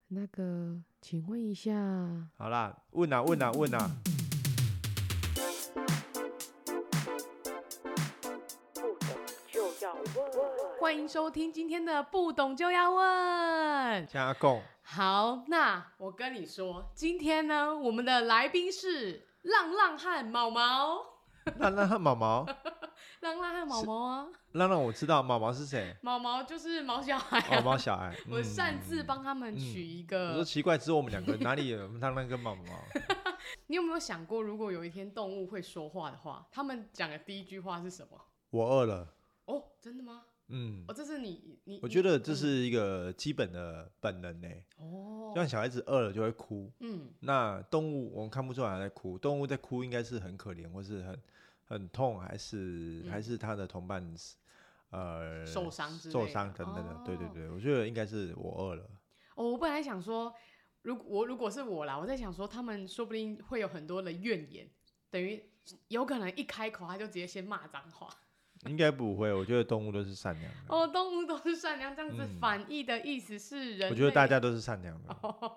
那个，请问一下， 好啦，问啊问啊问啊， 欢迎收听今天的不懂就要问。 加阿贡， 好，那我跟你说，今天呢，我们的来宾是浪浪和毛毛。 浪浪和毛毛， 浪浪和毛毛啊， 浪浪我知道，毛毛是谁？ 毛毛就是毛小孩啊。 哦，毛小孩。 我擅自帮他们取一个。 我说奇怪，只有我们两个人，哪里有浪浪跟毛毛？ 你有没有想过，如果有一天动物会说话的话，他们讲的第一句话是什么？ 我饿了。 哦，真的吗？哦，这是你， 我觉得这是一个基本的本能呢。就像小孩子饿了就会哭，那动物我们看不出来它在哭，动物在哭应该是很可怜，或是很痛，还是他的同伴受伤之类的受伤等等的。对对对，我觉得应该是我饿了。 哦，我本来想说，如果是我啦，我在想说，他们说不定会有很多的怨言，等于有可能一开口他就直接先骂脏话。 应该不会，我觉得动物都是善良的。 哦，动物都是善良，这样子反义的意思是人类。 我觉得大家都是善良的。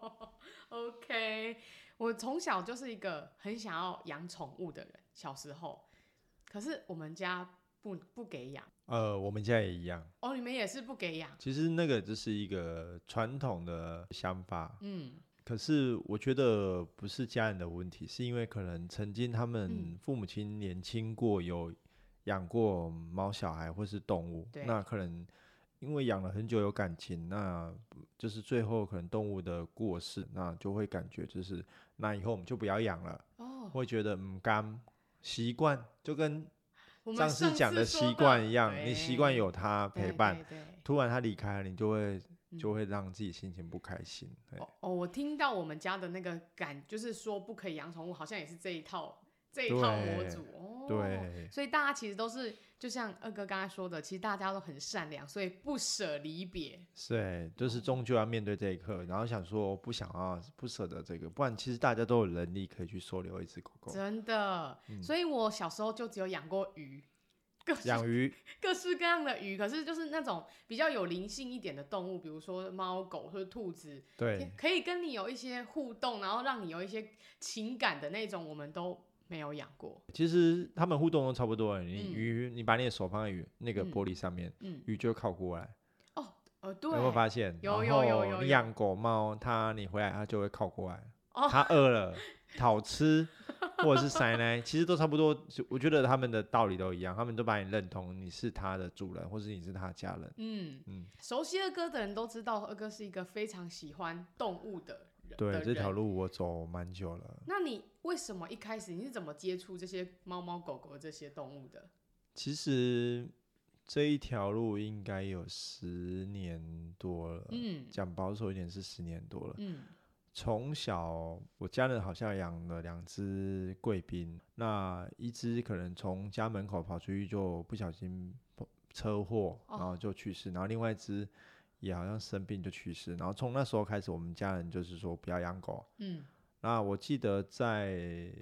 OK， 我从小就是一个很想要养宠物的人，小时候，可是我们家不给养。 我们家也一样。 哦，你们也是不给养？ 其实那个就是一个传统的想法。可是我觉得不是家人的问题，是因为可能曾经他们父母亲年轻过，有养过毛小孩或是动物，那可能因为养了很久有感情，那就是最后可能动物的过世，那就会感觉就是那以后我们就不要养了。会觉得甘习惯，就跟上次讲的习惯一样，你习惯有他陪伴，突然他离开了，你就会让自己心情不开心。 我听到我们家的那个就是说不可以养宠物，好像也是这一套模组。 对， 所以大家其实都是就像二哥刚才说的，其实大家都很善良，所以不舍离别。 对，就是终究要面对这一刻，然后想说不舍得这个，不然其实大家都有能力可以去收留一只狗狗。 真的，所以我小时候就只有养过鱼。 养鱼， 各式各样的鱼，可是就是那种比较有灵性一点的动物，比如说猫狗或者兔子， 对， 可以跟你有一些互动，然后让你有一些情感的那种，我们都没有养过。 其实他们互动都差不多。鱼，你把你的手放在那个玻璃上面，鱼就会靠过来。 对， 有没有发现？ 有。 你养狗猫，你回来它就会靠过来。它饿了，讨吃，或者是塞奶，其实都差不多。我觉得他们的道理都一样，他们都把你认同，你是他的主人，或是你是他的家人。 熟悉二哥的人都知道，二哥是一个非常喜欢动物的人。 对，这条路我走蛮久了。 那你为什么一开始你是怎么接触这些猫猫狗狗这些动物的？ 其实这一条路应该有10年多了，讲保守一点是10年多了。从小我家人好像养了2只贵宾，那一只可能从家门口跑出去就不小心车祸，然后就去世，然后另外一只也好像生病就去世，然后从那时候开始我们家人就是说不要养狗。那我记得在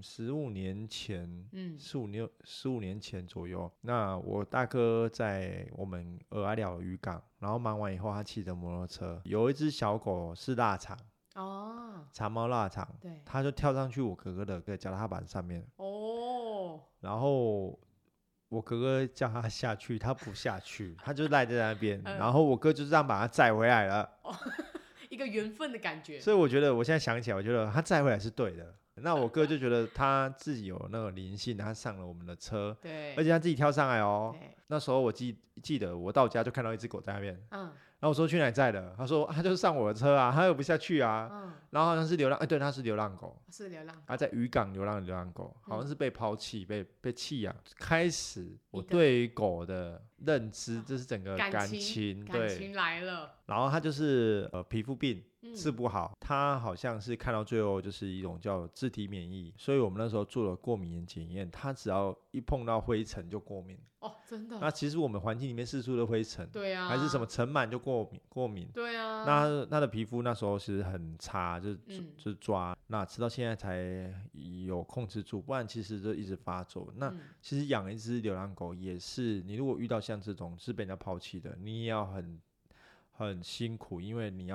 15年前，15年前左右，那我大哥在我们鹅阿寮渔港，然后忙完以后他骑着摩托车，有一只小狗是腊肠。长毛腊肠，他就跳上去我哥哥的脚踏板上面。然后我哥哥叫他下去，他不下去，他就赖在那边。然后我哥就这样把他载回来了。 一个缘分的感觉。 所以我觉得，我现在想起来，我觉得他载回来是对的。那我哥就觉得他自己有那个灵性，他上了我们的车，而且他自己跳上来哦。那时候我记得我到家就看到一只狗在那边。然后我说去哪里载的？他说他就是上我的车啊，他又不下去啊。然后好像是流浪，对，他是流浪狗，他在渔港流浪狗，好像是被抛弃、被弃养。开始我对于狗的认知，这是整个感情来了。 然后他就是皮肤病治不好，他好像是看到最后就是一种叫自体免疫，所以我们那时候做了过敏检验，他只要一碰到灰尘就过敏。 真的。 那其实我们环境里面释出的灰尘， 对啊， 还是什么尘螨就过敏。 对啊。 那他的皮肤那时候其实很差，就是抓，那直到现在才有控制住，不然其实就一直发作。那其实养一只流浪狗也是，你如果遇到像这种是被人家抛弃的，你也要很辛苦，因为你要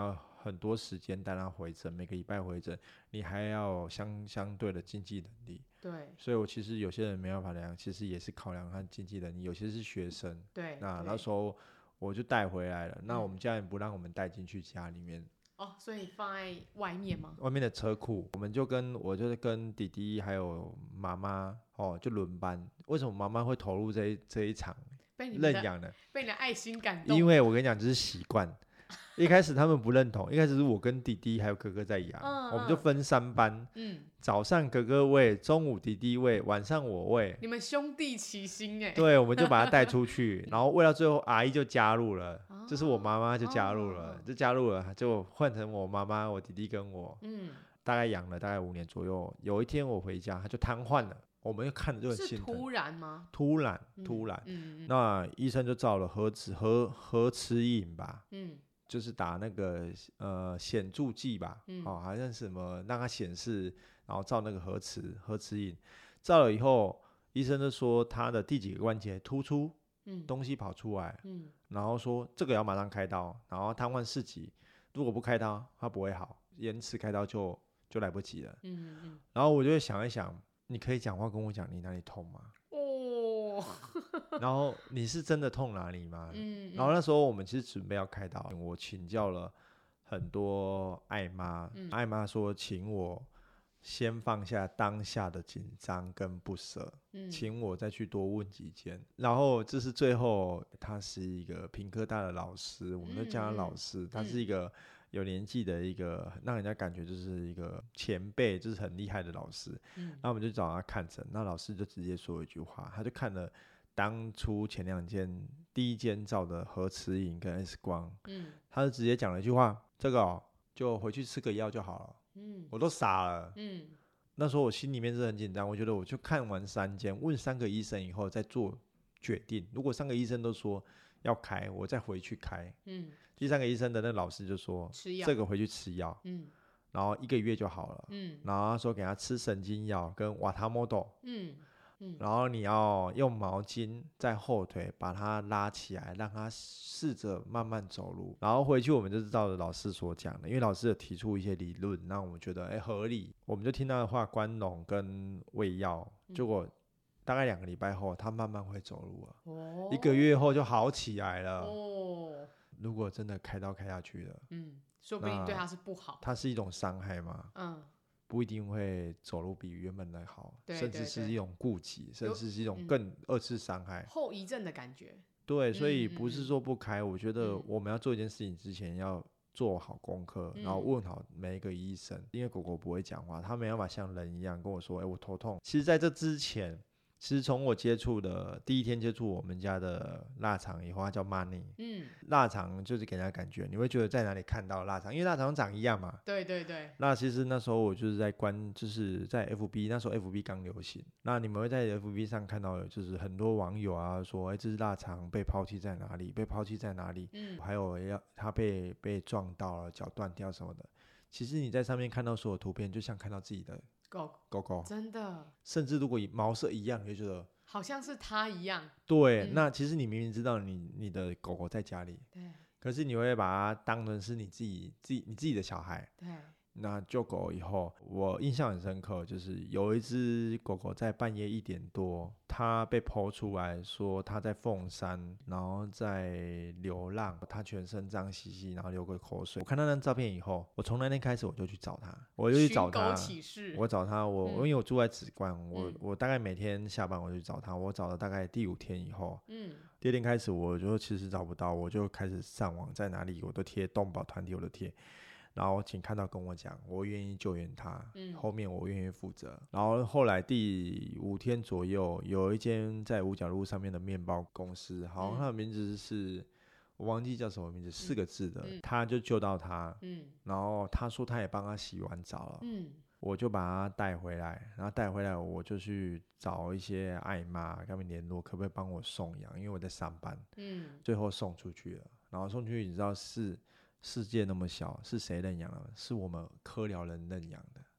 很多时间带他回诊，每个礼拜回诊，你还要有相对的经济能力。 对， 所以我其实有些人没办法量，其实也是考量他经济能力，有些是学生。 对， 那时候我就带回来了，那我们家人不让我们带进去家里面。 所以放在外面吗？ 外面的车库，我就是跟弟弟还有妈妈就轮班。为什么妈妈会投入这一场认养呢？ 被你的爱心感动。 因为我跟你讲，就是习惯。一开始他们不认同，一开始是我跟弟弟还有哥哥在养，我们就分3班，早上哥哥喂，中午弟弟喂，晚上我喂。 你们兄弟齐心哎。 对，我们就把他带出去，然后喂到最后，阿姨就加入了，就是我妈妈就加入了，就换成我妈妈、我弟弟跟我，大概养了大概5年左右。有一天我回家，他就瘫痪了，我们又看着就很心疼。 是突然吗？ 突然，那医生就照了核磁影吧，就是打那个显著剂吧，好像是什么让它显示，然后照那个核磁影，照了以后，医生就说他的第几个关节突出，东西跑出来，然后说这个要马上开刀，然后瘫痪4级，如果不开刀，他不会好，延迟开刀就来不及了。然后我就会想一想，你可以讲话跟我讲你哪里痛吗？然后你是真的痛哪里吗？然后那时候我们其实准备要开刀，我请教了很多爱妈，爱妈说请我先放下当下的紧张跟不舍，请我再去多问几件。然后这是最后，他是一个屏科大的老师，我们都叫他老师，他是一个有年纪的一个，让人家感觉就是一个前辈，就是很厉害的老师。那我们就找他看诊，那老师就直接说一句话，他就看了当初前2间第一间照的核磁影跟 X 光，他就直接讲了一句话，这个就回去吃个药就好了。我都傻了。那时候我心里面是很紧张，我觉得我就看完3间，问3个医生以后再做决定。如果3个医生都说要开，我再回去开。第3个医生的那老师就说这个回去吃药，然后1个月就好了。然后他说给他吃神经药跟瓦他莫豆。然后你要用毛巾在后腿把它拉起来，让它试着慢慢走路。然后回去我们就照着老师所讲的，因为老师有提出一些理论，让我们觉得合理，我们就听他的话，关笼跟喂药。结果大概2个礼拜后，他慢慢会走路了，1个月后就好起来了。如果真的开刀开下去了， 说不定对他是不好， 它是一种伤害吗？不一定会走路比原本的好，甚至是一种顾忌，甚至是一种更2次伤害， 后遗症的感觉。 对，所以不是说不开，我觉得我们要做一件事情之前要做好功课，然后问好每一个医生，因为狗狗不会讲话，它没办法像人一样跟我说我头痛。其实在这之前，其实从我第一天接触我们家的腊肠以后，它叫 Money。腊肠就是给人家感觉，你会觉得在哪里看到腊肠，因为腊肠长一样嘛。 对对对。 那其实那时候我就是就是在 FB， 那时候 FB 刚流行，那你们会在 FB 上看到，就是很多网友啊说，这只腊肠被抛弃在哪里？被抛弃在哪里？还有它被撞到了，脚断掉什么的。其实你在上面看到所有图片，就像看到自己的狗狗， 真的， 甚至如果毛色一样，你就觉得好像是它一样。 对，那其实你明明知道你的狗狗在家里， 对， 可是你会把它当成是你自己的小孩。 对。 那救狗以后，我印象很深刻，就是有一只狗狗在半夜1点多，它被剖出来说它在凤山，然后在流浪，它全身脏兮兮，然后流个口水。我看到那张照片以后，我从那天开始我就去找它，我就去找它，我找它，因为我住在紫关，我大概每天下班我就去找它，我找了大概第5天以后，第2天开始我就其实找不到，我就开始上网，在哪里我都贴动保团体，我都贴。然后请看到跟我讲，我愿意救援他，后面我愿意负责。然后后来第5天左右，有一间在五角路上面的面包公司，好像他的名字是我忘记叫什么名字，4个字的，他就救到他，然后他说他也帮他洗完澡了，我就把他带回来，然后带回来我就去找一些爱妈跟他们联络，可不可以帮我送养，因为我在上班，最后送出去了，然后送出去你知道是世界那么小，是谁认养了？是我们科疗人认养的。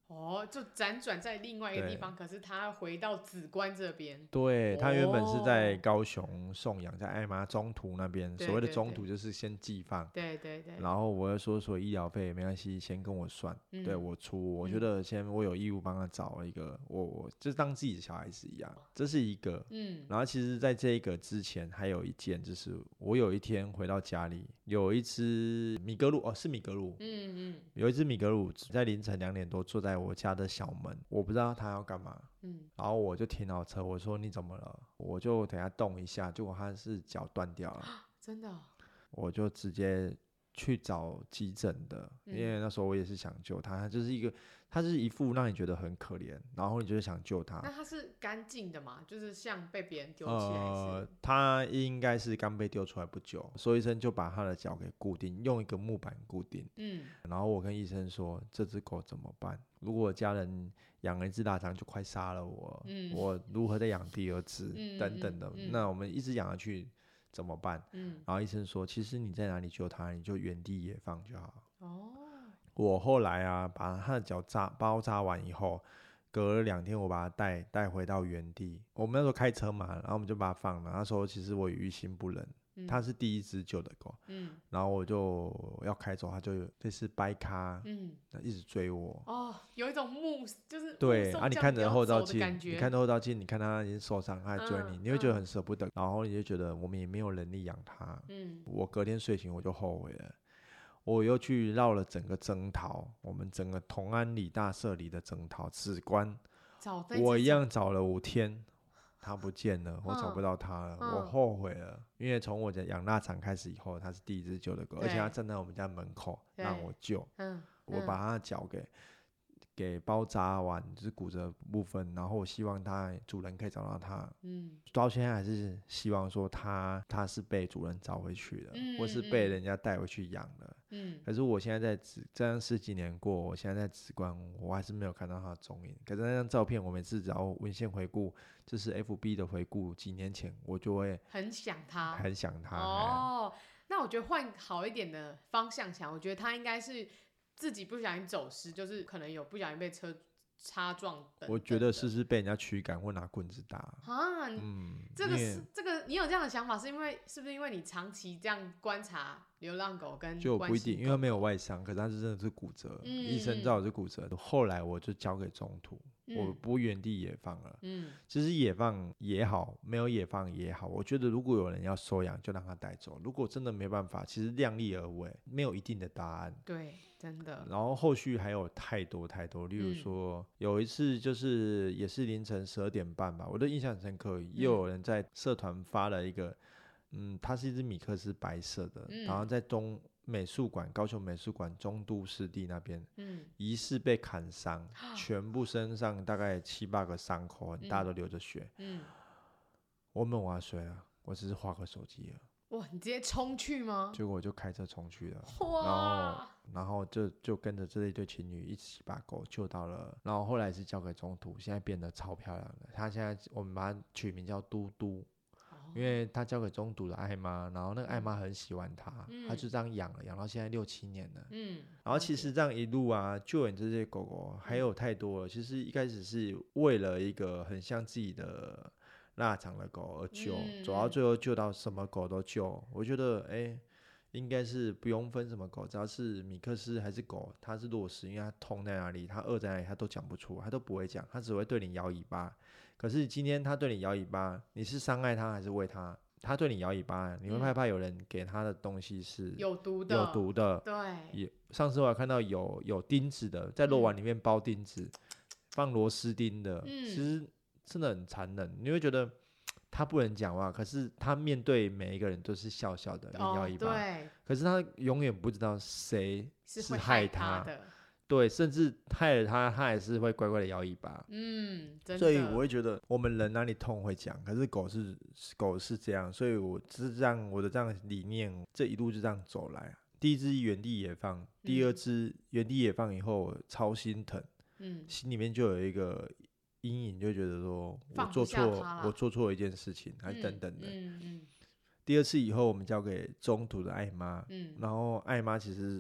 就辗转在另外一个地方，可是他回到梓官这边。 对，他原本是在高雄送养，在爱妈中途那边。所谓的中途就是先寄放， 对， 然后我就说医疗费没关系，先跟我算，对我出。我觉得我有义务帮他找一个，我就是当自己的小孩子一样，这是一个。然后其实在这个之前还有一件，就是我有一天回到家里，有一只米格鲁，是米格鲁，有一只米格鲁在凌晨2点多坐在我家的小门，我不知道他要干嘛，然后我就停好车，我说你怎么了？我就等下动一下，结果他是脚断掉了， 真的我就直接去找急诊的，因为那时候我也是想救他，他就是一副让你觉得很可怜，然后你就是想救他。 那他是干净的吗？就是像被别人丢起来他应该是刚被丢出来不久，所以医生就把他的脚给固定，用一个木板固定。然后我跟医生说，这只狗怎么办？如果家人养了一只腊肠就快杀了我，我如何再养第二只等等的，那我们一直养下去怎么办？然后医生说，其实你在哪里救他，你就原地野放就好。我后来把他的脚包扎完以后，隔了2天我把他带回到原地。我们那时候开车嘛，然后我们就把他放了。那时候其实我于心不忍，他是第一只救的狗，然后我就要开走，他就类似掰咖，一直追我。 有一种就是对你看着后照镜，你看他已经受伤，他还追你，你会觉得很舍不得，然后你就觉得我们也没有能力养他。我隔天睡醒我就后悔了。我又去绕了整个征讨，我们整个同安里大社里的征讨梓官，我一样找了5天，他不见了，我找不到他了，我后悔了，因为从我养腊肠开始以后，他是第一只救的狗，而且他站在我们家门口让我救，我把他的脚给包扎完，就是骨折部分，然后我希望主人可以找到他，到现在还是希望说他是被主人找回去的，或是被人家带回去养的，可是我现在这样10几年过，我现在在梓官，我还是没有看到他的踪影。可是那张照片，我每次只要文献回顾，就是 FB 的回顾，几年前我就会很想他。 那我觉得换好一点的方向想，我觉得他应该是自己不小心走失，就是可能有不小心被车擦撞等等的。 我觉得是被人家驱赶或拿棍子打这个你有这样的想法，是不是因为你长期这样观察流浪狗跟就不一定，因为没有外伤，可是他真的是骨折，医生知道是骨折的。后来我就交给中途，我不原地野放了。其实野放也好，没有野放也好，我觉得如果有人要收养，就让他带走。如果真的没办法，其实量力而为，没有一定的答案。 对，真的。 然后后续还有太多，例如说有一次就是也是凌晨12点半吧，我的印象很深刻，又有人在社团发了一个，它是一只米克斯白色的，然后在高雄美术馆中都湿地那边，疑似被砍伤，全部身上大概7、8个伤口，很大都流着血。我没有挖水啊，我只是划个手机了。 哇，你直接冲去吗？ 结果我就开车冲去了，然后就跟着这一对情侣一起把狗救到了，然后后来是交给中途，现在变得超漂亮的。他现在我们把它取名叫嘟嘟，因为他交给中途的爱妈，然后那个爱妈很喜欢他，他就这样养到现在6、7年了。然后其实这样一路救援这些狗狗还有太多了。其实一开始是为了一个很像自己的腊肠的狗而救，走到最后救到什么狗都救。我觉得应该是不用分什么狗，只要是米克斯还是狗，它是弱势，因为它痛在哪里，它饿在哪里，它都讲不出，它都不会讲，它只会对你摇尾巴。可是今天它对你摇尾巴，你是伤害它还是喂它？它对你摇尾巴，你会害怕有人给它的东西是有毒的。 对，上次我还看到有钉子的，在肉丸里面包钉子，放螺丝钉的，其实真的很残忍。你会觉得他不能讲话，可是他面对每一个人都是笑笑的，摇尾巴。对，可是他永远不知道谁是害他的。对，甚至害了他还是会乖乖的摇尾巴。真的。所以我会觉得我们人哪里痛会讲，可是狗是这样，所以我的这样理念，这一路就这样走来。第一只原地野放，第二只原地野放以后，我超心疼，心里面就有一个阴影，就觉得说我做错了一件事情，还等等的。第二次以后，我们交给中途的爱妈，然后爱妈其实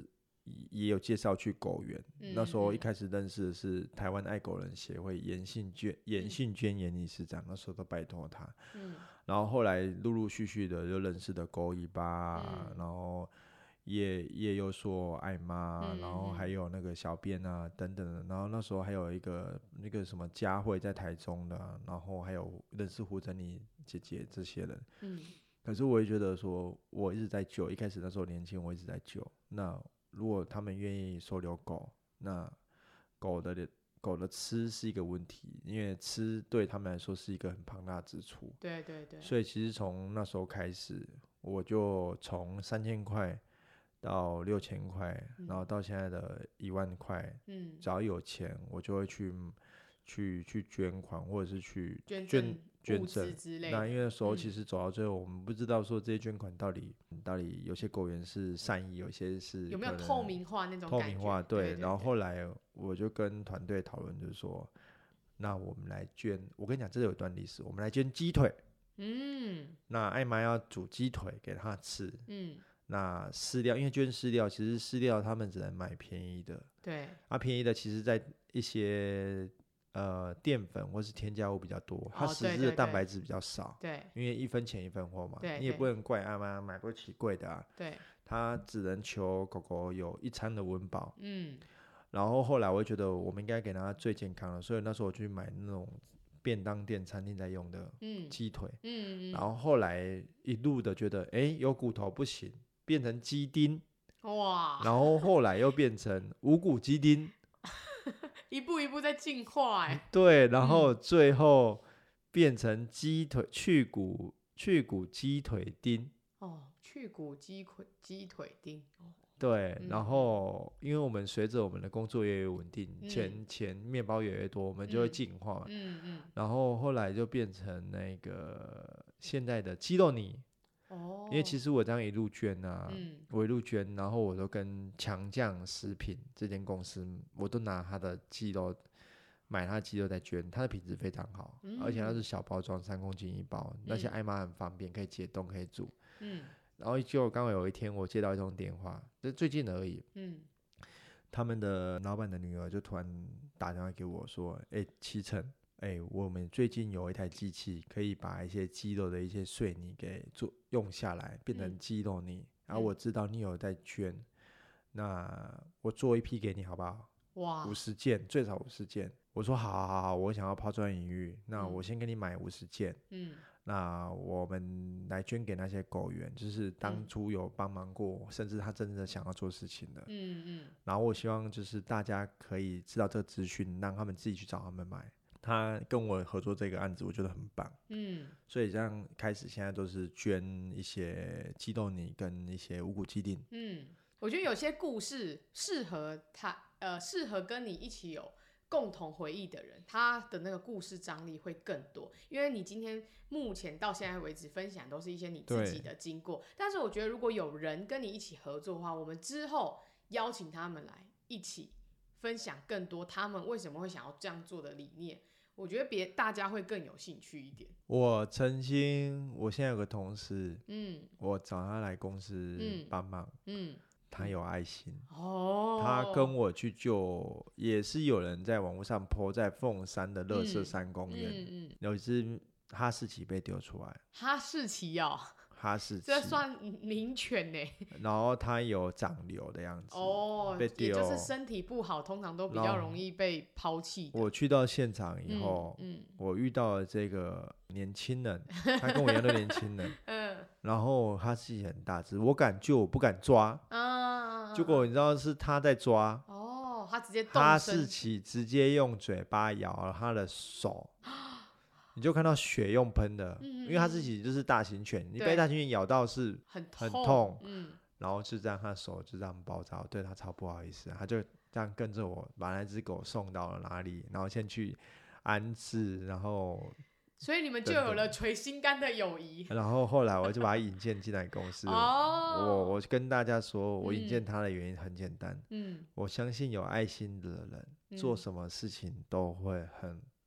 也有介绍去狗园。那时候一开始认识的是台湾爱狗人协会严信娟严理事长，那时候都拜托他。然后后来陆陆续续的就认识的狗尾巴，然后叶又说爱妈，然后还有那个小编啊等等的。然后那时候还有一个那个什么佳慧在台中的，然后还有认识胡珍妮姐姐这些人。可是我也觉得说，我一直在救，一开始那时候年轻，我一直在救。那如果他们愿意收留狗，那狗的吃是一个问题，因为吃对他们来说是一个很庞大支出。 对对对。 所以其实从那时候开始，我就从3000块到6000块，然后到现在的1万块，只要有钱，我就会去捐款，或者是去捐赠之类的。那因为那时候其实走到最后，我们不知道说这些捐款到底有些狗园是善意，有些是有没有透明化那种感觉。 透明化，对。然后后来我就跟团队讨论，就是说，那我们来捐。我跟你讲，这有一段历史，我们来捐鸡腿。那艾玛要煮鸡腿给他吃。那饲料，因为捐饲料，其实饲料他们只能买便宜的。 对。 便宜的其实在一些淀粉或是添加物比较多，它实质的蛋白质比较少。 对。 因为1分钱1分货嘛， 对。 你也不能怪艾玛买不起贵的啊。 对。 他只能求狗狗有一餐的温饱。然后后来我就觉得我们应该给它最健康的，所以那时候我去买那种便当店餐厅在用的鸡腿。然后后来一路的觉得有骨头不行，变成鸡丁。哇！然后后来又变成无骨鸡丁。 一步一步在进化。 对，然后最后变成鸡腿去骨鸡腿丁。 去骨鸡腿丁。 对，然后因为我们随着我们的工作越稳定，钱面包越多，我们就会进化嘛。然后后来就变成那个现在的鸡肉泥。因为其实我这样一路捐啊，我一路捐，然后我都跟强酱食品这间公司，我都拿他的鸡肉，买他的鸡肉在捐，它的品质非常好，而且它是小包装，3公斤1包，那些艾妈很方便，可以解冻，可以煮。然后就刚好有一天我接到一通电话，这最近而已。他们的老板的女儿就突然打电话给我说：“启程。我们最近有一台机器，可以把一些鸡肉的一些碎泥给用下来，变成鸡肉泥。然后我知道你有在捐，那我做一批给你好不好？哇，50件，最少50件。我说好，我想要抛砖引玉，那我先给你买50件。那我们来捐给那些狗园，就是当初有帮忙过，甚至他真的想要做事情的。然后我希望就是大家可以知道这个资讯，让他们自己去找他们买。他跟我合作这个案子，我觉得很棒。所以这样开始现在都是捐一些鸡肉泥跟一些无骨鸡丁。 我觉得有些故事适合跟你一起有共同回忆的人，他的那个故事张力会更多，因为你今天目前到现在为止分享都是一些你自己的经过，但是我觉得如果有人跟你一起合作的话，我们之后邀请他们来一起分享更多他们为什么会想要这样做的理念，我觉得大家会更有兴趣一点。 我现在有个同事，我找他来公司帮忙，他有爱心。他跟我去救，也是有人在网络上 po 在凤山的垃圾山公园，有一只哈士奇被丢出来。 哈士奇哦， 哈士奇这算名犬呢。 然后它有长瘤的样子。被丢， 也就是身体不好，通常都比较容易被抛弃的。 我去到现场以后，我遇到了这个年轻人，他跟我一样都年轻人。然后哈士奇很大只，我敢救，我不敢抓。结果你知道是他在抓。 他直接动身。 哈士奇直接用嘴巴咬了他的手。你就看到血用喷的，因为哈士奇就是大型犬，你被大型犬咬到是很痛。然后就这样，他的手就这样包扎，对他超不好意思，他就这样跟着我把那只狗送到了哪里，然后先去安置，然后所以你们就有了捶心肝的友谊。 然后后来我就把他引荐进来公司。我跟大家说，我引荐他的原因很简单。我相信有爱心的人做什么事情都会很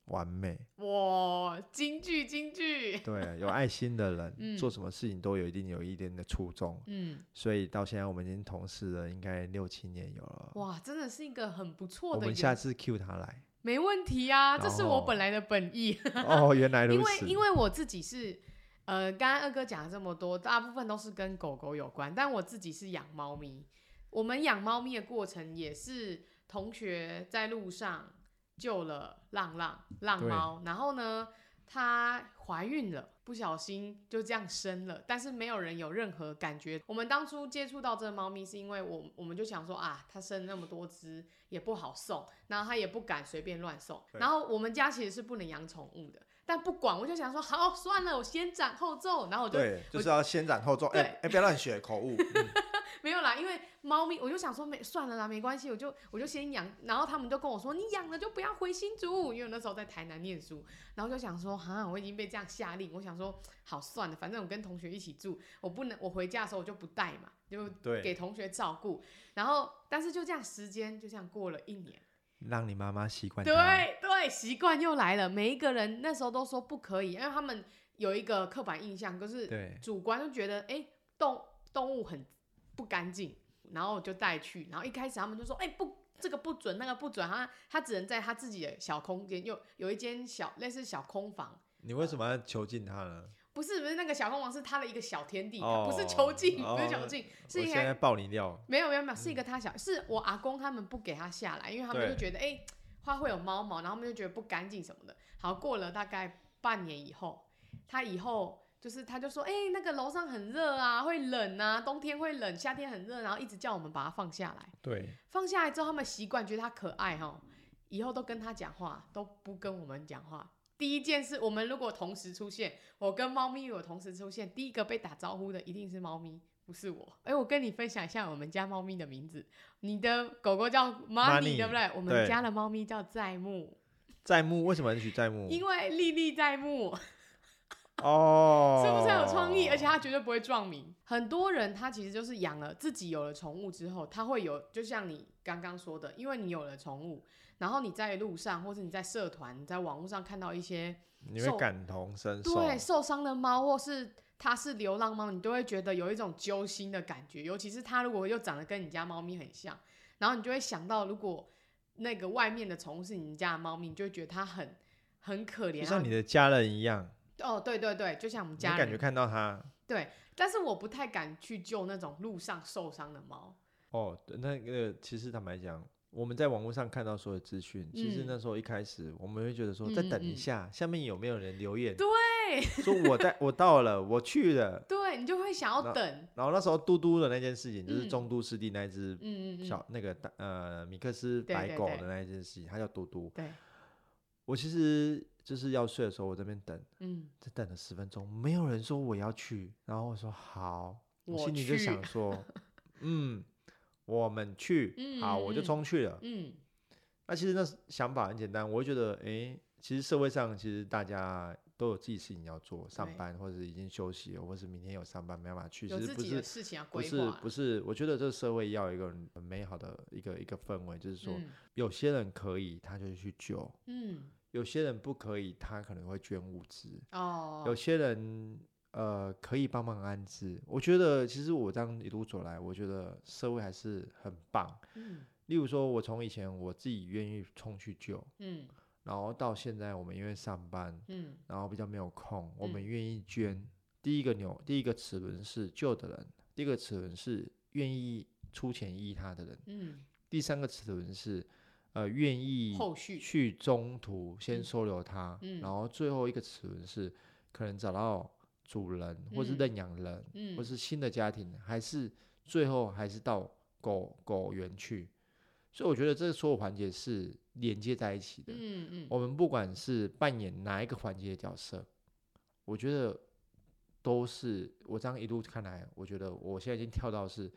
完美。 哇，京剧京剧。 对，有爱心的人，做什么事情都有一点的初衷。所以到现在我们已经同事了，应该6-7年有了。 哇，真的是一个很不错的。 我们下次 cue 他来。 没问题啊，这是我本来的本意。 哦，原来如此。 因为我自己是，刚刚二哥讲了这么多，大部分都是跟狗狗有关，但我自己是养猫咪。我们养猫咪的过程也是同学在路上救了浪猫，然后呢，她怀孕了，不小心就这样生了，但是没有人有任何感觉。我们当初接触到这个猫咪，是因为我们就想说啊，它生那么多只也不好送，然后它也不敢随便乱送。然后我们家其实是不能养宠物的，但不管，我就想说好算了，我先斩后奏，然后对，就是要先斩后奏。不要乱学口误。 没有啦，因为猫咪，我就想说算了啦，没关系，我就先养。然后他们就跟我说，你养了就不要回新竹，因为我那时候在台南念书。然后就想说，我已经被这样下令，我想说好算了，反正我跟同学一起住，我回家的时候我就不带嘛，就给同学照顾。然后但是就这样时间就这样过了1年， 让你妈妈习惯。 对，习惯又来了。每一个人那时候都说不可以，因为他们有一个刻板印象，就是主观就觉得动物很不干净，然后我就带去，然后一开始他们就说不，这个不准，那个不准，他只能在他自己的小空间，有一间类似小空房。 你为什么要囚禁他呢？ 不是那个小空房是他的一个小天地，不是囚禁，不是囚禁，是我现在爆你料。 没有，是一个他是我阿公他们不给他下来，因为他们就觉得他会有猫毛，然后他们就觉得不干净什么的。好，过了大概半年以后，他就说那个楼上很热啊，会冷啊，冬天会冷，夏天很热，然后一直叫我们把它放下来。 对， 放下来之后他们习惯，觉得它可爱以后都跟它讲话，都不跟我们讲话。第一件事，我们如果同时出现，我跟猫咪有同时出现，第一个被打招呼的一定是猫咪，不是我。我跟你分享一下我们家猫咪的名字，你的狗狗叫 Money 对不对？我们家的猫咪叫在木。 在木为什么取在木？ 因为历历在目。 哦， 是不是很有创意？而且他绝对不会撞名。很多人他其实就是自己有了宠物之后，他会有，就像你刚刚说的，因为你有了宠物，然后你在路上或是你在社团、你在网络上看到一些， 你会感同身受。 对，受伤的猫或是它是流浪猫，你都会觉得有一种揪心的感觉。尤其是它如果又长得跟你家猫咪很像，然后你就会想到，如果那个外面的宠物是你家的猫咪，你就会觉得它很可怜， 就像你的家人一样。 对，就像我们家人， 你感觉看到它。 对，但是我不太敢去救那种路上受伤的猫。 那个其实坦白讲，我们在网络上看到所有资讯，其实那时候一开始我们会觉得说，再等一下，下面有没有人留言？ 对， 说我到了，我去了。 对，你就会想要等。 然后那时候嘟嘟的那件事情，就是中都湿地那一只小那个米克斯白狗的那一件事情，它叫嘟嘟。 对， 我其实就是要睡的时候，我这边等，再等了10分钟，没有人说我要去，然后我说好，我心里就想说，我们去，好，我就冲去了。那其实那想法很简单，我会觉得，其实社会上其实大家都有自己事情要做，上班或者已经休息了，或是明天有上班没办法去， 有自己的事情要规划。 不是，我觉得这个社会要有一个很美好的一个氛围，就是说，有些人可以，他就去救，有些人不可以，他可能会捐物资，有些人可以帮忙安置。我觉得其实我这样一路走来，我觉得社会还是很棒。例如说，我从以前我自己愿意冲去救，然后到现在我们因为上班，然后比较没有空，我们愿意捐。第一个齿轮是救的人，第二个齿轮是愿意出钱医他的人，第三个齿轮是愿意去中途先收留他，然后最后一个齿轮是可能找到主人或是认养人，或是新的家庭，还是最后还是到狗园去。所以我觉得这所有环节是连接在一起的。我们不管是扮演哪一个环节的角色，我觉得都是我这样一路看来，我觉得我现在已经跳到是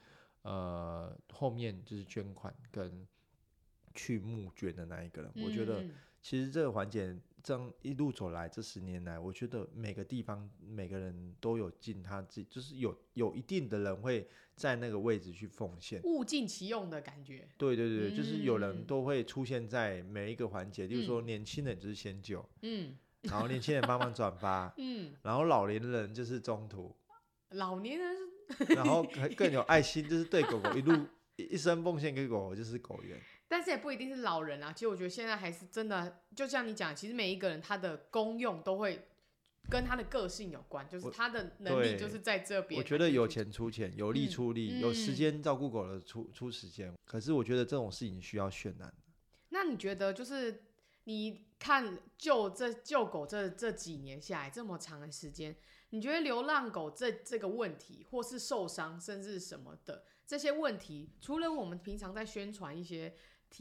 后面就是捐款跟去募捐的那一个人。我觉得其实这个环节这样一路走来，这10年来，我觉得每个地方每个人都有尽他自己，就是有一定的人会在那个位置去奉献， 物尽其用的感觉。 对对对，就是有人都会出现在每一个环节，例如说年轻人就是先救，然后年轻人帮忙转发，然后老年人就是中途， 老年人然后更有爱心，就是对狗狗一生奉献给狗狗，就是狗园。 但是也不一定是老人啊，其实我觉得现在还是真的，就像你讲，其实每一个人他的功用都会跟他的个性有关，就是他的能力就是在这边。 我觉得有钱出钱，有力出力，有时间照顾狗的出时间。可是我觉得这种事情需要渲染。 那你觉得就是你看救狗这几年下来这么长的时间，你觉得流浪狗这个问题，或是受伤甚至什么的这些问题，除了我们平常在宣传一些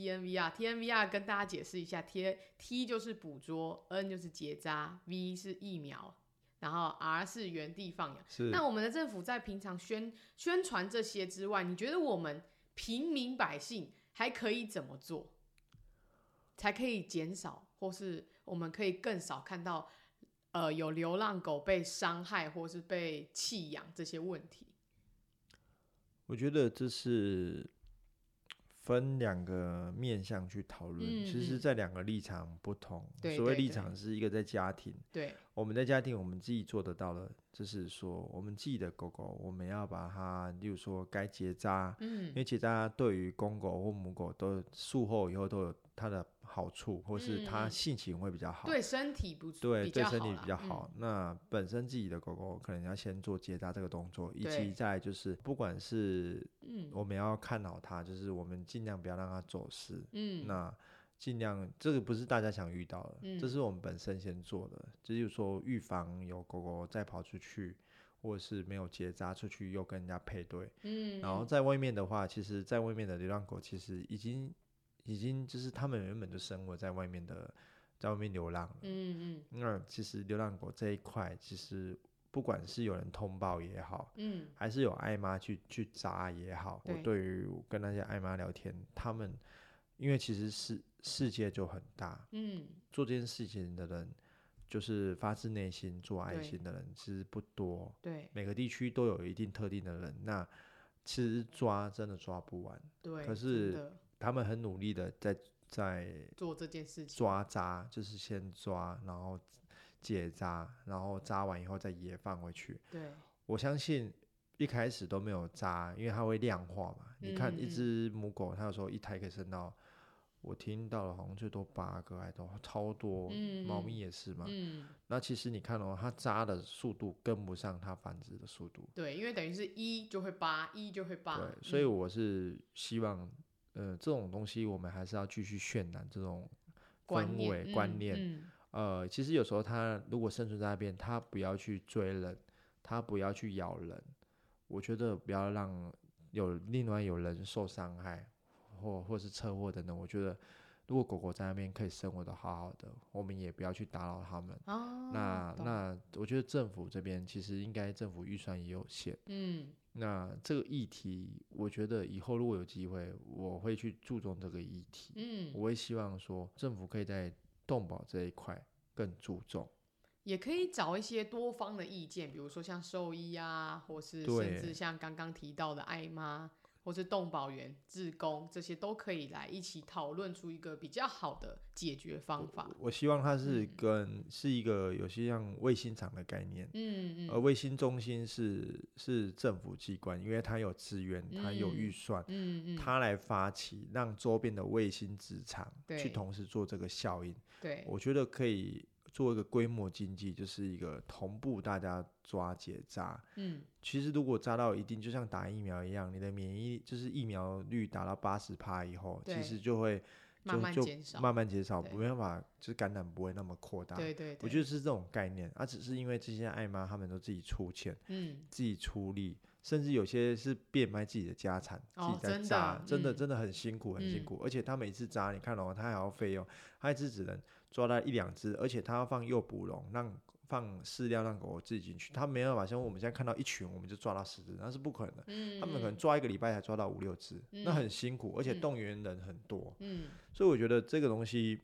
TNVR 跟大家解释一下 ，T 就是捕捉 ，N 就是结扎 ，V 是疫苗，然后 R 是原地放养。那我们的政府在平常宣传这些之外，你觉得我们平民百姓还可以怎么做，才可以减少，或是我们可以更少看到有流浪狗被伤害或是被弃养这些问题？ 我觉得这是分2个面向去讨论，其实在2个立场不同。所谓立场是一个在家庭， 对， 我们在家庭我们自己做得到的，就是说我们自己的狗狗，我们要把它，例如说该结扎，因为结扎对于公狗或母狗都术后以后都有它的好处，或是它性情会比较好， 对身体不对身体比较好。那本身自己的狗狗可能要先做结扎这个动作，以及再来就是不管是我们要看好它，就是我们尽量不要让它走失，那尽量这个不是大家想遇到的，这是我们本身先做的，就是说预防有狗狗再跑出去，或者是没有结扎出去又跟人家配对，然后在外面的话，其实在外面的流浪狗其实已经就是他们原本就生活在外面流浪了，那其实流浪狗这一块，其实不管是有人通报也好，还是有爱妈去扎也好，我对于跟那些爱妈聊天，他们因为其实世界就很大，做这件事情的人，就是发自内心做爱心的人，其实不多， 对， 每个地区都有一定特定的人，那其实真的抓不完， 对， 可是他们很努力的在做这件事情， 抓扎，就是先抓，然后结扎，然后扎完以后再野放回去。 对， 我相信一开始都没有扎，因为它会量化嘛。你看一只母狗，它有时候一胎可以生到，我听到了好像最多8个，还都超多，猫咪也是嘛。那其实你看它扎的速度跟不上它繁殖的速度。 对，因为等于是1就会8，1就会8。 对，所以我是希望。这种东西我们还是要继续渲染这种氛围观念。其实有时候它如果生存在那边，它不要去追人，它不要去咬人。我觉得不要让另外有人受伤害，或是车祸等等。我觉得如果狗狗在那边可以生活的好好的，我们也不要去打扰它们。那我觉得政府这边其实应该政府预算也有限。那这个议题，我觉得以后如果有机会，我会去注重这个议题。我会希望说政府可以在动保这一块更注重， 也可以找一些多方的意见，比如说像兽医啊，或是甚至像刚刚提到的爱妈，或是动保员、志工，这些都可以来一起讨论出一个比较好的解决方法。 我希望它是是一个有些像卫星场的概念，而卫星中心是政府机关，因为它有资源，它有预算，它来发起，让周边的卫星职场去同时做这个效应。 对， 我觉得可以做一个规模经济，就是一个同步大家抓结扎。其实如果扎到一定，就像打疫苗一样，你的免疫就是疫苗率达到80%以后，其实就会慢慢减少， 没办法，就是感染不会那么扩大。 对， 我觉得是这种概念，只是因为这些爱妈他们都自己出钱，自己出力，甚至有些是变卖自己的家产，自己在扎，真的很辛苦，很辛苦。而且他每次扎，你看他还要费用，他一次只能抓到1-2只，而且他要放诱捕笼，放饲料让狗狗自己进去，他没办法像我们现在看到一群我们就抓到10只，那是不可能的。他们可能抓1个礼拜才抓到5-6只，那很辛苦，而且动员人很多。所以我觉得这个东西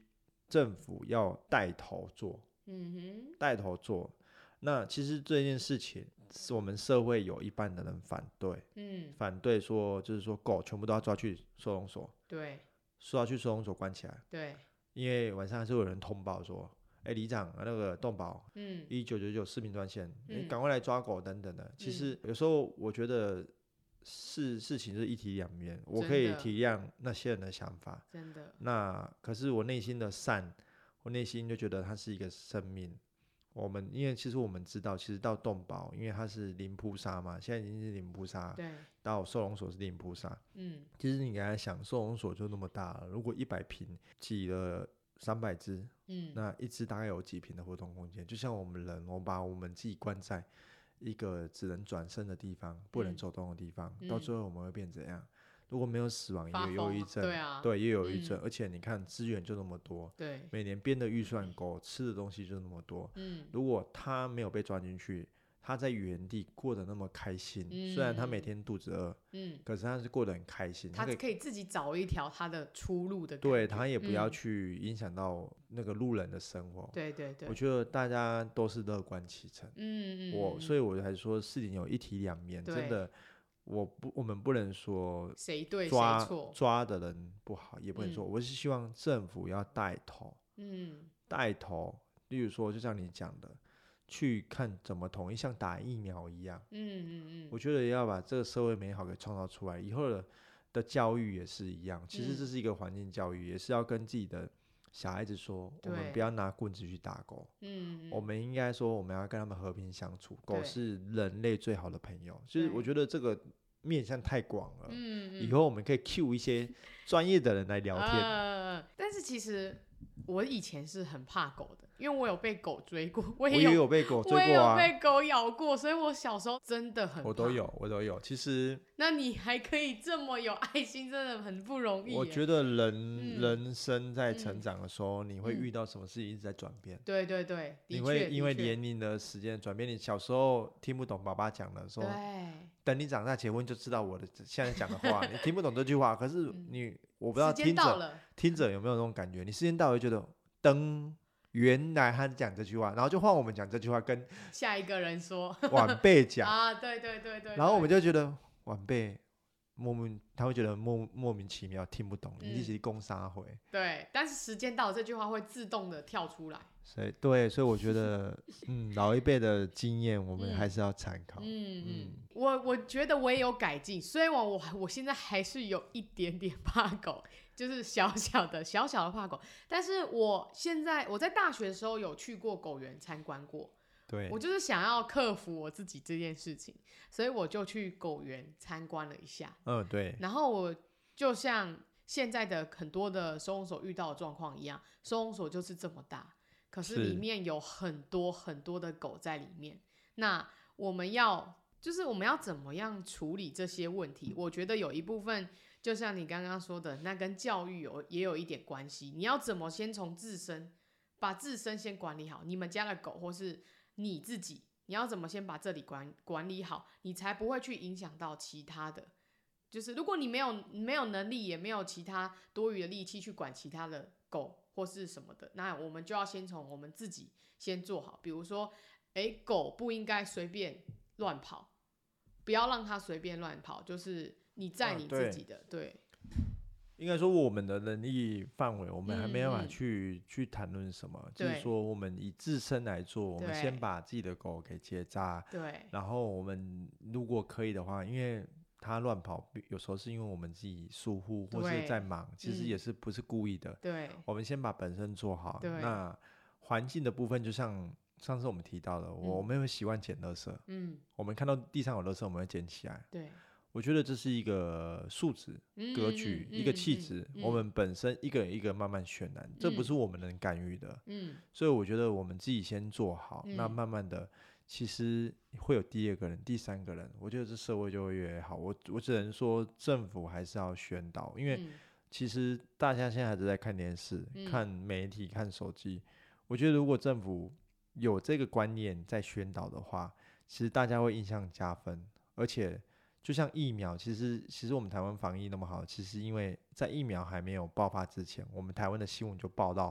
政府要带头做，带头做。那其实这件事情是我们社会有一半的人反对，反对说就是说狗全部都要抓去收容所， 对， 说要去收容所关起来， 对， 因为晚上还是有人通报说，里长那个动保，1999市民专线，赶快来抓狗等等的。其实有时候我觉得事情是一体两面，我可以体谅那些人的想法， 真的。 那可是我内心的善，我内心就觉得它是一个生命。因为其实我们知道，其实到动保，因为它是零扑杀嘛，现在已经是零扑杀， 对， 到收容所是零扑杀。其实你给他想，收容所就那么大了，如果100坪挤了300只，那一只大概有几坪的活动空间？就像我们人，我们把我们自己关在一个只能转身的地方，不能走动的地方，到最后我们会变怎样？如果没有死亡，也有忧郁症，对，也有忧郁症。而且你看资源就那么多， 对， 每年编的预算，狗吃的东西就那么多。如果它没有被抓进去，它在原地过得那么开心，虽然它每天肚子饿，可是它是过得很开心， 它可以自己找一条它的出路的感觉。 对，它也不要去影响到那个路人的生活。 对对对， 我觉得大家都是乐观其成。所以我还说事情有一体两面，真的。我们不能说谁对谁错， 抓的人不好，也不能说，我是希望政府要带头，带头，例如说就像你讲的，去看怎么统一，像打疫苗一样，我觉得要把这个社会美好给创造出来，以后的教育也是一样，其实这是一个环境教育，也是要跟自己的小孩子说，我们不要拿棍子去打狗，我们应该说我们要跟他们和平相处，狗是人类最好的朋友。就是我觉得这个面向太广了，以后我们可以 cue 一些专业的人来聊天。 但是其实我以前是很怕狗的，因为我有被狗追过，我也有被狗追过啊， 我也有被狗咬过，所以我小时候真的很怕。 我都有。其实， 那你还可以这么有爱心，真的很不容易。 我觉得人生在成长的时候，你会遇到什么事情一直在转变。 对对对， 你会因为年龄的时间转变，你小时候听不懂爸爸讲的时候，等你长大结婚就知道我的现在讲的话，你听不懂这句话，可是我不知道听者有没有那种感觉，你时间到了就觉得原来他讲这句话，然后就换我们讲这句话跟下一个人说晚辈讲啊，对对对对， 然后我们就觉得晚辈他会觉得莫名其妙听不懂，你一直攻杀回。 对，但是时间到了，这句话会自动的跳出来。 所以我觉得老一辈的经验我们还是要参考。 我觉得我也有改进，虽然我现在还是有一点点怕狗，就是小小的怕狗，但是我在大学的时候有去过狗园参观过。 对， 我就是想要克服我自己这件事情，所以我就去狗园参观了一下。 对。 然后我就像现在的很多的收容所遇到的状况一样，收容所就是这么大，可是里面有很多很多的狗在里面。那我们要怎么样处理这些问题？我觉得有一部分就像你刚刚说的，那跟教育也有一点关系。你要怎么先从把自身先管理好，你们家的狗或是你自己，你要怎么先把这里管理好，你才不会去影响到其他的。就是如果你没有能力，也没有其他多余的力气去管其他的狗或是什么的，那我们就要先从我们自己先做好。比如说，狗不应该随便乱跑，不要让它随便乱跑，就是你在你自己的对。 应该说我们的能力范围，我们还没办法去谈论什么，就是说我们以自身来做，我们先把自己的狗给结扎， 对， 然后我们如果可以的话，因为它乱跑，有时候是因为我们自己疏忽或是在忙，其实也是不是故意的， 对， 我们先把本身做好。那环境的部分，就像上次我们提到的，我们会习惯捡垃圾，我们看到地上有垃圾，我们会捡起来， 对。 我觉得这是一个素质、格局、一个气质，我们本身一个一个慢慢渲染，这不是我们能干预的。所以我觉得我们自己先做好，那慢慢的，其实会有第2个人、第3个人，我觉得这社会就会越来越好。我只能说，政府还是要宣导，因为其实大家现在还是在看电视、看媒体、看手机。我觉得如果政府有这个观念在宣导的话，其实大家会印象加分，而且。就像疫苗，其实我们台湾防疫那么好，其实因为在疫苗还没有爆发之前，我们台湾的新闻就报道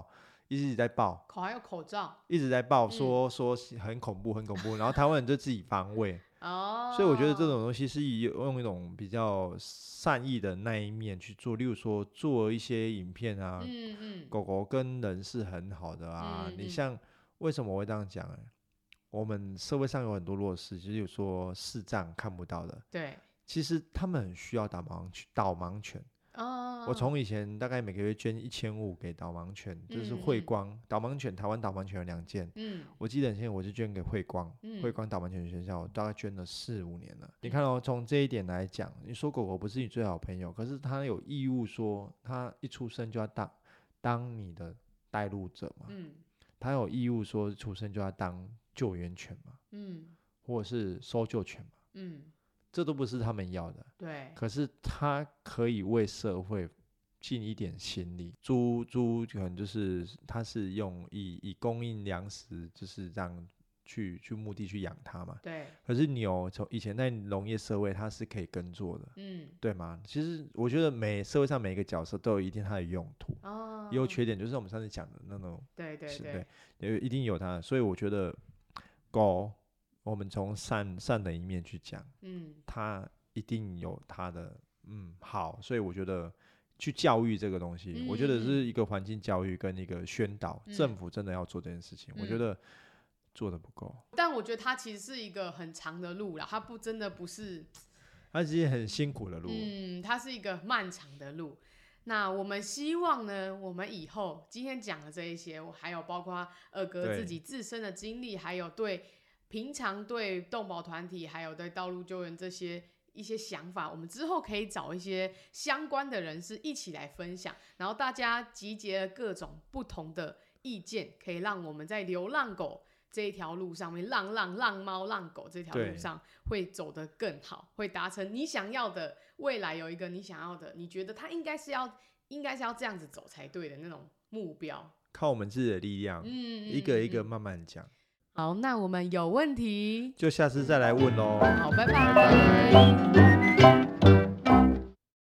一直在报， 还有口罩， 一直在报说很恐怖很恐怖，然后台湾人就自己防卫。所以我觉得这种东西是用一种比较善意的那一面去做，例如说做一些影片啊，狗狗跟人是很好的啊。你像为什么我会这样讲呢？我们社会上有很多弱势，就是有说视障看不到的， 对， 其实他们很需要导盲犬。我从以前大概每个月捐1500给导盲犬，就是慧光导盲犬，台湾导盲犬有2件，我记得现在我就捐给慧光导盲犬学校，我大概捐了4-5年了。你看哦，从这一点来讲，你说狗狗不是你最好的朋友，可是它有义务说，它一出生就要当你的带路者嘛，它有义务说出生就要当救援犬嘛，或者是搜救犬嘛，这都不是他们要的， 对。 可是他可以为社会尽一点心力。猪可能就是他是用以供应粮食，就是这样去目的去养它嘛。 对。可是牛从以前在农业社会，它是可以耕作的，对吗？其实我觉得社会上每一个角色都有一定它的用途，优缺点就是我们上次讲的那种， 对， 一定有它的。所以我觉得狗。我们从善的一面去讲，它一定有它的好，所以我觉得去教育这个东西，我觉得是一个环境教育跟一个宣导，政府真的要做这件事情，我觉得做的不够。 但我觉得它其实是一个很长的路啦，它真的不是， 它其实很辛苦的路， 它是一个漫长的路。那我们希望呢，我们以后今天讲的这一些，还有包括二哥自己自身的经历，还有平常对动保团体还有对道路救援这些一些想法，我们之后可以找一些相关的人士一起来分享，然后大家集结了各种不同的意见，可以让我们在流浪狗这一条路上面，浪猫浪狗这条路上会走得更好，会达成你想要的未来，有一个你想要的，你觉得它应该是要这样子走才对的那种目标， 靠我们自己的力量，一个一个慢慢讲。 好，那我们有问题就下次再来问咯。 好，拜拜。